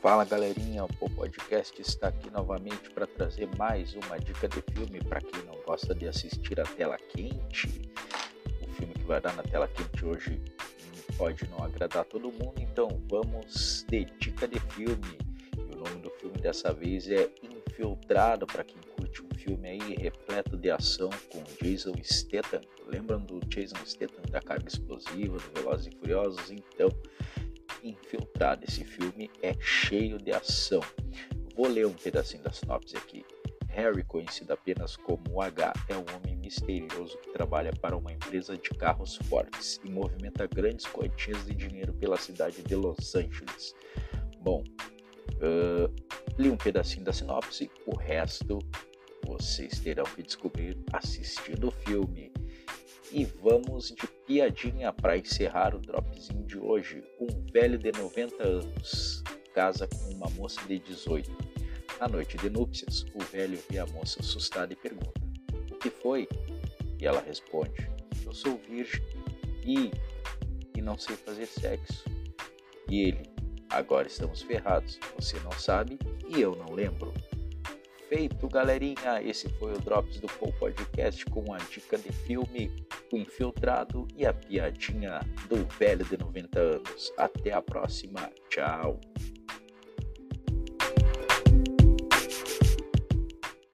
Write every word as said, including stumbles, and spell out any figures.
Fala galerinha, o podcast está aqui novamente para trazer mais uma dica de filme para quem não gosta de assistir a tela quente. O filme que vai dar na tela quente hoje pode não agradar todo mundo, então vamos de dica de filme. E o nome do filme dessa vez é Infiltrado, para quem curte um filme aí repleto de ação com Jason Statham. Lembram do Jason Statham da Carga Explosiva, do Velozes e Furiosos? Então, Infiltrado, esse filme é cheio de ação. Vou ler um pedacinho da sinopse aqui. Harry, conhecido apenas como o H, é um homem misterioso que trabalha para uma empresa de carros fortes e movimenta grandes quantias de dinheiro pela cidade de Los Angeles. Bom, uh, li um pedacinho da sinopse, o resto vocês terão que descobrir assistindo o filme. E vamos de piadinha para encerrar o dropzinho de hoje. Um velho de noventa anos casa com uma moça de dezoito. Na noite de núpcias, o velho vê a moça assustada e pergunta: "O que foi?" E ela responde: "Eu sou virgem e, e não sei fazer sexo." E ele: "Agora estamos ferrados. Você não sabe e eu não lembro." Feito, galerinha, esse foi o Drops do Paul Podcast com a dica de filme O Infiltrado e a piadinha do velho de noventa anos. Até a próxima, tchau!